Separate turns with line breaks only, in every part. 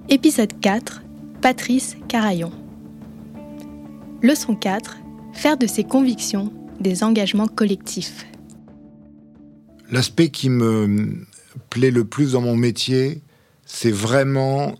Épisode 4, Patrice Carayon. Leçon 4, faire de ses convictions des engagements collectifs.
L'aspect qui me plaît le plus dans mon métier, c'est vraiment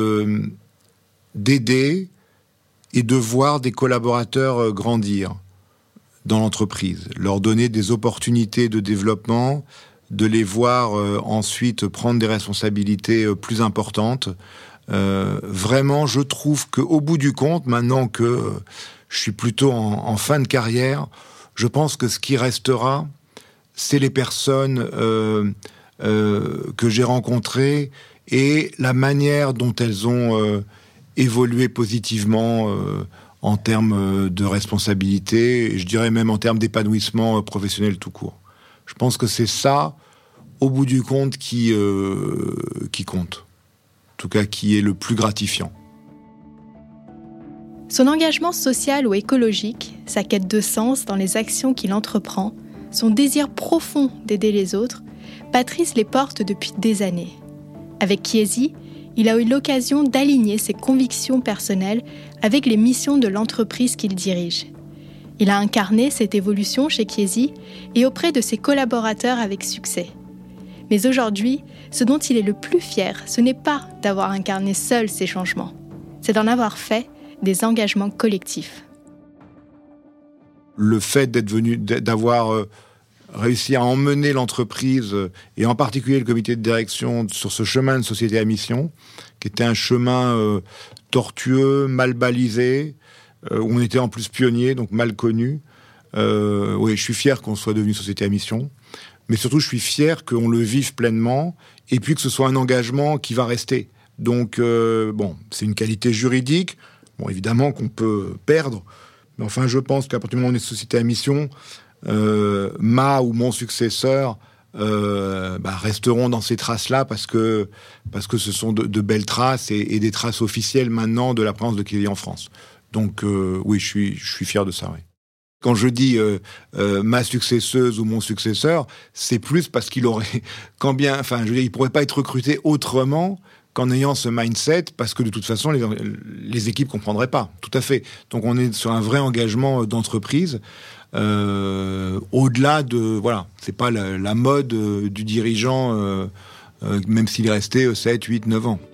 d'aider et de voir des collaborateurs grandir dans l'entreprise, leur donner des opportunités de développement, de les voir ensuite prendre des responsabilités plus importantes. Vraiment, je trouve qu'au bout du compte, maintenant que je suis plutôt en fin de carrière, je pense que ce qui restera, c'est les personnes que j'ai rencontrées et la manière dont elles ont évolué positivement en termes de responsabilité, et je dirais même en termes d'épanouissement professionnel tout court. Je pense que c'est ça, au bout du compte, qui compte. En tout cas, qui est le plus gratifiant.
Son engagement social ou écologique, sa quête de sens dans les actions qu'il entreprend, son désir profond d'aider les autres, Patrice les porte depuis des années. Avec Chiesi, il a eu l'occasion d'aligner ses convictions personnelles avec les missions de l'entreprise qu'il dirige. Il a incarné cette évolution chez Chiesi et auprès de ses collaborateurs avec succès. Mais aujourd'hui, ce dont il est le plus fier, ce n'est pas d'avoir incarné seul ces changements, c'est d'en avoir fait des engagements collectifs.
Le fait d'avoir réussi à emmener l'entreprise, et en particulier le comité de direction, sur ce chemin de société à mission, qui était un chemin tortueux, mal balisé, où on était en plus pionnier, donc mal connu. Oui, je suis fier qu'on soit devenu société à mission. Mais surtout, je suis fier qu'on le vive pleinement et puis que ce soit un engagement qui va rester. Donc, c'est une qualité juridique, évidemment qu'on peut perdre, mais enfin, je pense qu'à partir du moment où on est société à mission, ma ou mon successeur resteront dans ces traces-là parce que ce sont de belles traces et des traces officielles maintenant de la présence de Chiesi en France. Donc, oui, je suis fier de ça, oui. Quand je dis ma successeuse ou mon successeur, c'est plus parce qu'il aurait, il pourrait pas être recruté autrement qu'en ayant ce mindset, parce que de toute façon, les équipes comprendraient pas. Tout à fait. Donc on est sur un vrai engagement d'entreprise, au-delà de, c'est pas la mode du dirigeant, même s'il est resté 7, 8, 9 ans.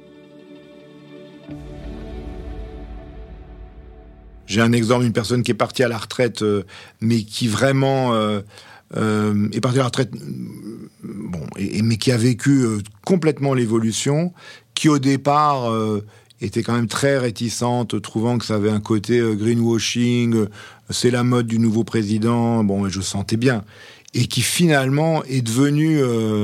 J'ai un exemple d'une personne qui est partie à la retraite, mais qui vraiment est partie à la retraite, mais qui a vécu complètement l'évolution, qui au départ était quand même très réticente, trouvant que ça avait un côté greenwashing, c'est la mode du nouveau président, je sentais bien, et qui finalement est devenue,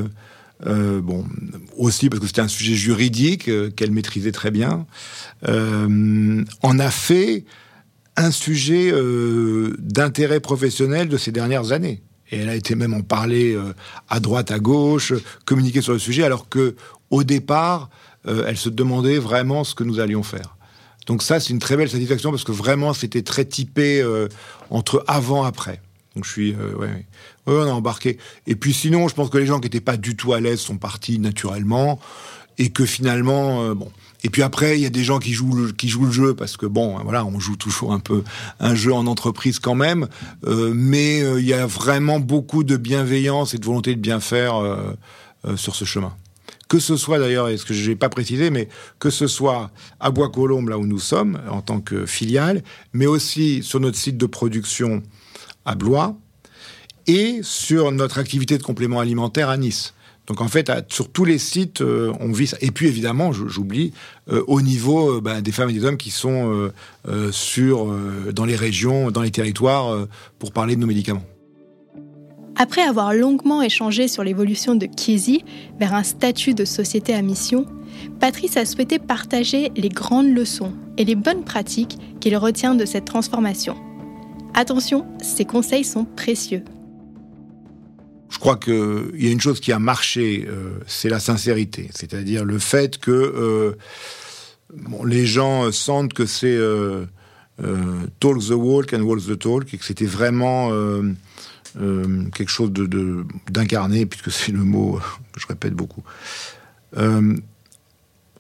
aussi parce que c'était un sujet juridique qu'elle maîtrisait très bien, en a fait un sujet d'intérêt professionnel de ces dernières années. Et elle a été même en parler à droite, à gauche, communiquer sur le sujet, alors que au départ, elle se demandait vraiment ce que nous allions faire. Donc ça, c'est une très belle satisfaction, parce que vraiment, c'était très typé entre avant et après. Donc je suis... on a embarqué. Et puis sinon, je pense que les gens qui n'étaient pas du tout à l'aise sont partis naturellement, et que finalement... Et puis après, il y a des gens qui jouent le jeu parce que on joue toujours un peu un jeu en entreprise quand même, mais il y a vraiment beaucoup de bienveillance et de volonté de bien faire sur ce chemin. Que ce soit d'ailleurs, et ce que je n'ai pas précisé, mais que ce soit à Bois-Colombes, là où nous sommes, en tant que filiale, mais aussi sur notre site de production à Blois, et sur notre activité de complément alimentaire à Nice. Donc en fait, sur tous les sites, on vit ça. Et puis évidemment, j'oublie, au niveau des femmes et des hommes qui sont dans les régions, dans les territoires, pour parler de nos médicaments.
Après avoir longuement échangé sur l'évolution de Chiesi vers un statut de société à mission, Patrice a souhaité partager les grandes leçons et les bonnes pratiques qu'il retient de cette transformation. Attention, ces conseils sont précieux.
Je crois qu'il y a une chose qui a marché, c'est la sincérité. C'est-à-dire le fait que les gens sentent que c'est talk the walk and walk the talk, et que c'était vraiment quelque chose d'incarné, puisque c'est le mot que je répète beaucoup.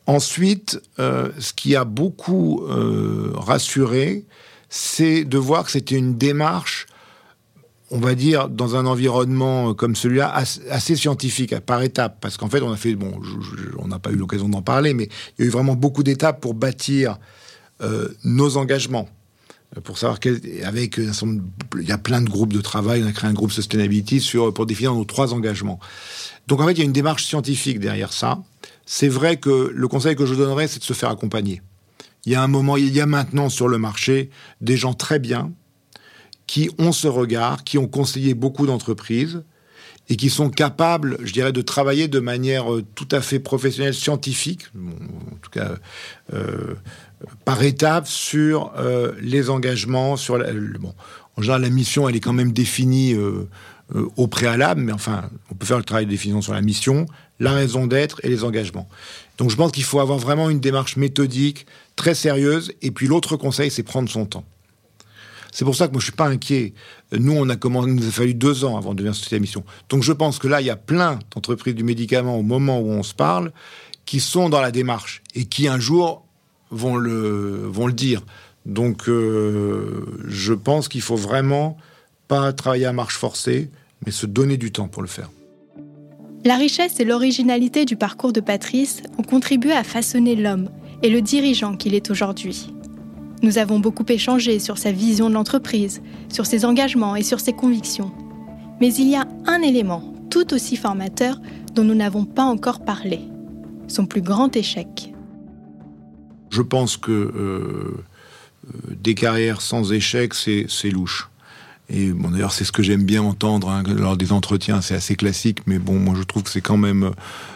Ensuite, ce qui a beaucoup rassuré, c'est de voir que c'était une démarche, on va dire, dans un environnement comme celui-là, assez scientifique, par étapes. Parce qu'en fait, on a fait, on n'a pas eu l'occasion d'en parler, mais il y a eu vraiment beaucoup d'étapes pour bâtir nos engagements. Pour savoir il y a plein de groupes de travail, on a créé un groupe Sustainability pour définir nos 3 engagements. Donc en fait, il y a une démarche scientifique derrière ça. C'est vrai que le conseil que je donnerais, c'est de se faire accompagner. Il y a maintenant sur le marché des gens très bien, qui ont ce regard, qui ont conseillé beaucoup d'entreprises et qui sont capables, je dirais, de travailler de manière tout à fait professionnelle, scientifique, en tout cas par étapes, sur les engagements. En général, la mission, elle est quand même définie au préalable, mais enfin, on peut faire le travail de définition sur la mission, la raison d'être et les engagements. Donc je pense qu'il faut avoir vraiment une démarche méthodique, très sérieuse, et puis l'autre conseil, c'est prendre son temps. C'est pour ça que moi, je ne suis pas inquiet. Nous, il nous a fallu 2 ans avant de devenir société à mission. Donc, je pense que là, il y a plein d'entreprises du médicament au moment où on se parle qui sont dans la démarche et qui, un jour, vont le dire. Donc, je pense qu'il ne faut vraiment pas travailler à marche forcée, mais se donner du temps pour le faire.
La richesse et l'originalité du parcours de Patrice ont contribué à façonner l'homme et le dirigeant qu'il est aujourd'hui. Nous avons beaucoup échangé sur sa vision de l'entreprise, sur ses engagements et sur ses convictions. Mais il y a un élément tout aussi formateur dont nous n'avons pas encore parlé. Son plus grand échec.
Je pense que des carrières sans échec, c'est louche. Et d'ailleurs, c'est ce que j'aime bien entendre lors des entretiens. C'est assez classique, mais moi je trouve que c'est quand même...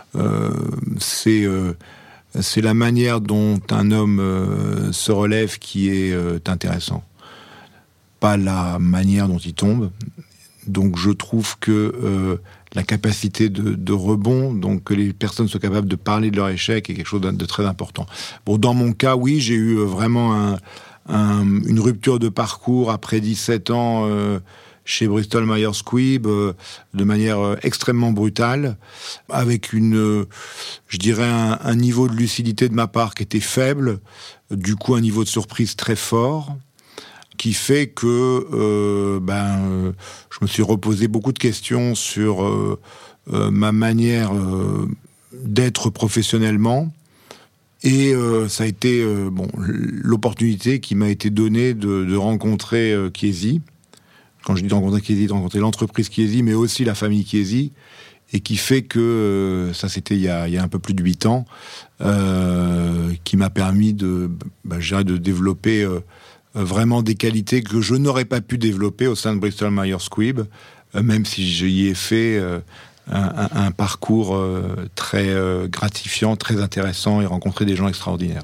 c'est la manière dont un homme se relève qui est intéressant. Pas la manière dont il tombe. Donc je trouve que la capacité de rebond, donc que les personnes soient capables de parler de leur échec, est quelque chose de très important. Dans mon cas, oui, j'ai eu vraiment une rupture de parcours après 17 ans chez Bristol Myers Squibb, de manière extrêmement brutale, avec je dirais un niveau de lucidité de ma part qui était faible, du coup un niveau de surprise très fort, qui fait que je me suis reposé beaucoup de questions sur ma manière d'être professionnellement. Et ça a été l'opportunité qui m'a été donnée de rencontrer Chiesi. Quand je dis de rencontrer Chiesi, de rencontrer l'entreprise Chiesi, mais aussi la famille Chiesi, et qui fait que, ça c'était il y a un peu plus de 8 ans, qui m'a permis de développer vraiment des qualités que je n'aurais pas pu développer au sein de Bristol Myers Squibb, même si j'y ai fait un parcours très gratifiant, très intéressant, et rencontrer des gens extraordinaires.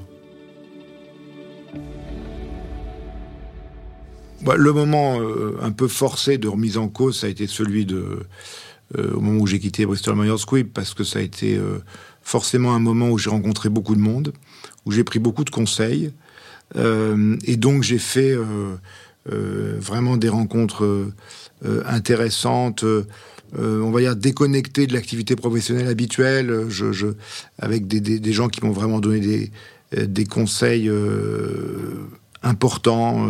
Le moment un peu forcé de remise en cause, ça a été celui au moment où j'ai quitté Bristol Myers Squibb, parce que ça a été forcément un moment où j'ai rencontré beaucoup de monde, où j'ai pris beaucoup de conseils, et donc j'ai fait vraiment des rencontres intéressantes, on va dire déconnectées de l'activité professionnelle habituelle, avec des gens qui m'ont vraiment donné des conseils importants,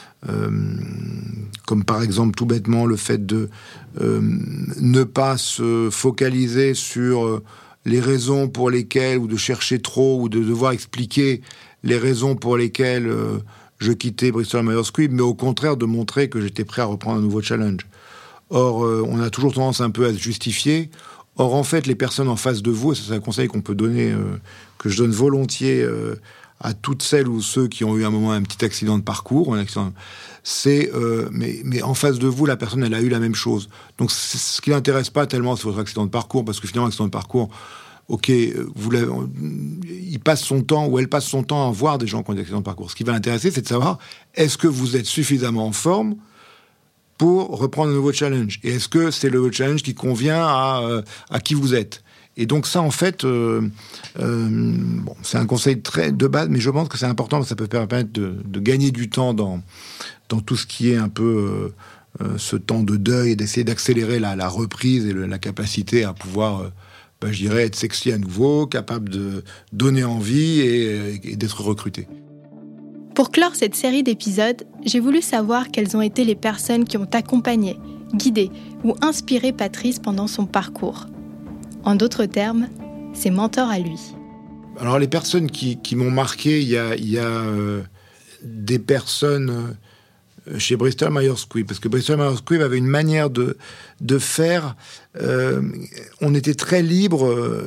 comme par exemple tout bêtement le fait de ne pas se focaliser sur les raisons pour lesquelles, ou de chercher trop, ou de devoir expliquer les raisons pour lesquelles je quittais Bristol Myers Squibb, mais au contraire de montrer que j'étais prêt à reprendre un nouveau challenge. Or, on a toujours tendance un peu à se justifier. Or, en fait, les personnes en face de vous, et ça c'est un conseil qu'on peut donner, que je donne volontiers à toutes celles ou ceux qui ont eu un moment un petit accident de parcours, mais en face de vous, la personne, elle a eu la même chose. Donc, ce qui l'intéresse pas tellement, c'est votre accident de parcours, parce que finalement, l'accident de parcours, ok, il passe son temps, ou elle passe son temps à voir des gens qui ont des accidents de parcours. Ce qui va l'intéresser, c'est de savoir, est-ce que vous êtes suffisamment en forme pour reprendre un nouveau challenge? Et est-ce que c'est le challenge qui convient à qui vous êtes? Et donc ça, en fait, c'est un conseil très de base, mais je pense que c'est important, parce que ça peut permettre de gagner du temps dans tout ce qui est un peu ce temps de deuil, et d'essayer d'accélérer la reprise et la capacité à pouvoir je dirais, être sexy à nouveau, capable de donner envie et d'être recruté.
Pour clore cette série d'épisodes, j'ai voulu savoir quelles ont été les personnes qui ont accompagné, guidé ou inspiré Patrice pendant son parcours. En d'autres termes, ses mentors à lui.
Alors les personnes qui m'ont marqué, il y a des personnes chez Bristol Myers Squibb, parce que Bristol Myers Squibb avait une manière de faire. On était très libre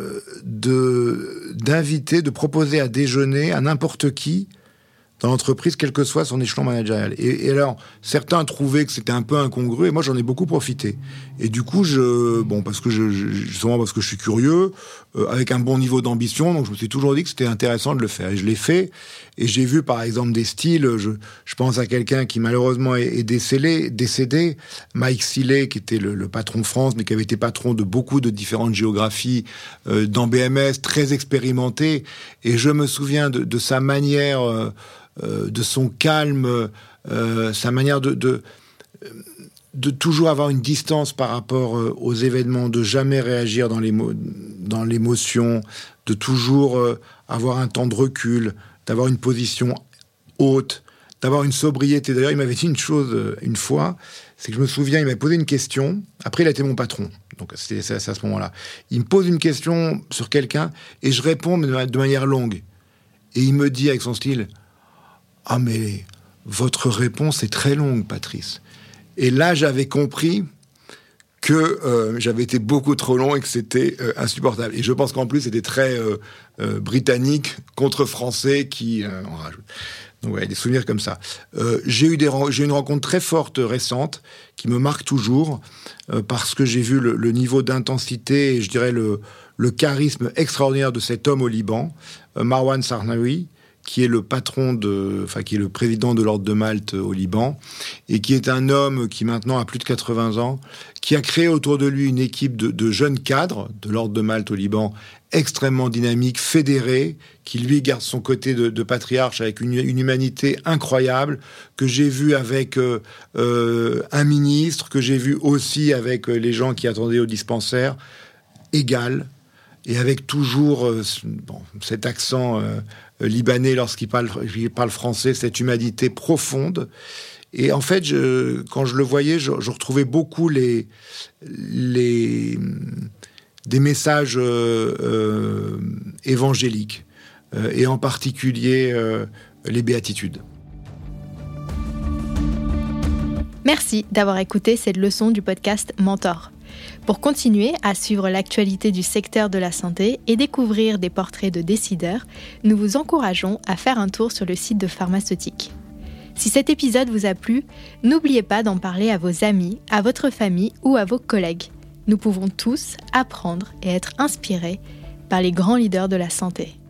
d'inviter, de proposer à déjeuner à n'importe qui dans l'entreprise, quel que soit son échelon managérial. Et alors, certains trouvaient que c'était un peu incongru, et moi, j'en ai beaucoup profité. Et du coup, parce que je suis curieux, avec un bon niveau d'ambition, donc je me suis toujours dit que c'était intéressant de le faire. Et je l'ai fait, et j'ai vu, par exemple, des styles, je pense à quelqu'un qui, malheureusement, est décédé, Mike Seeley, qui était le patron France, mais qui avait été patron de beaucoup de différentes géographies, dans BMS, très expérimenté, et je me souviens de sa manière... de son calme, sa manière de toujours avoir une distance par rapport aux événements, de jamais réagir dans l'émotion, de toujours avoir un temps de recul, d'avoir une position haute, d'avoir une sobriété. D'ailleurs, il m'avait dit une chose une fois, c'est que je me souviens, il m'avait posé une question, après il a été mon patron, donc c'est à ce moment-là. Il me pose une question sur quelqu'un, et je réponds de manière longue. Et il me dit avec son style... Ah, mais votre réponse est très longue, Patrice. Et là, j'avais compris que j'avais été beaucoup trop long et que c'était insupportable. Et je pense qu'en plus, c'était très britannique contre français qui en rajoute. Donc, ouais, des souvenirs comme ça. J'ai eu une rencontre très forte récente qui me marque toujours parce que j'ai vu le niveau d'intensité et je dirais le charisme extraordinaire de cet homme au Liban, Marwan Sarnaoui, qui est le qui est le président de l'Ordre de Malte au Liban, et qui est un homme qui maintenant a plus de 80 ans, qui a créé autour de lui une équipe de jeunes cadres de l'Ordre de Malte au Liban, extrêmement dynamique, fédéré, qui lui garde son côté de patriarche avec une humanité incroyable, que j'ai vu avec un ministre, que j'ai vu aussi avec les gens qui attendaient au dispensaire, égal, et avec toujours cet accent libanais lorsqu'il parle français, cette humanité profonde. Et en fait, quand je le voyais, je retrouvais beaucoup des messages évangéliques, et en particulier les béatitudes.
Merci d'avoir écouté cette leçon du podcast Mentor. Pour continuer à suivre l'actualité du secteur de la santé et découvrir des portraits de décideurs, nous vous encourageons à faire un tour sur le site de Pharmaceutique. Si cet épisode vous a plu, n'oubliez pas d'en parler à vos amis, à votre famille ou à vos collègues. Nous pouvons tous apprendre et être inspirés par les grands leaders de la santé.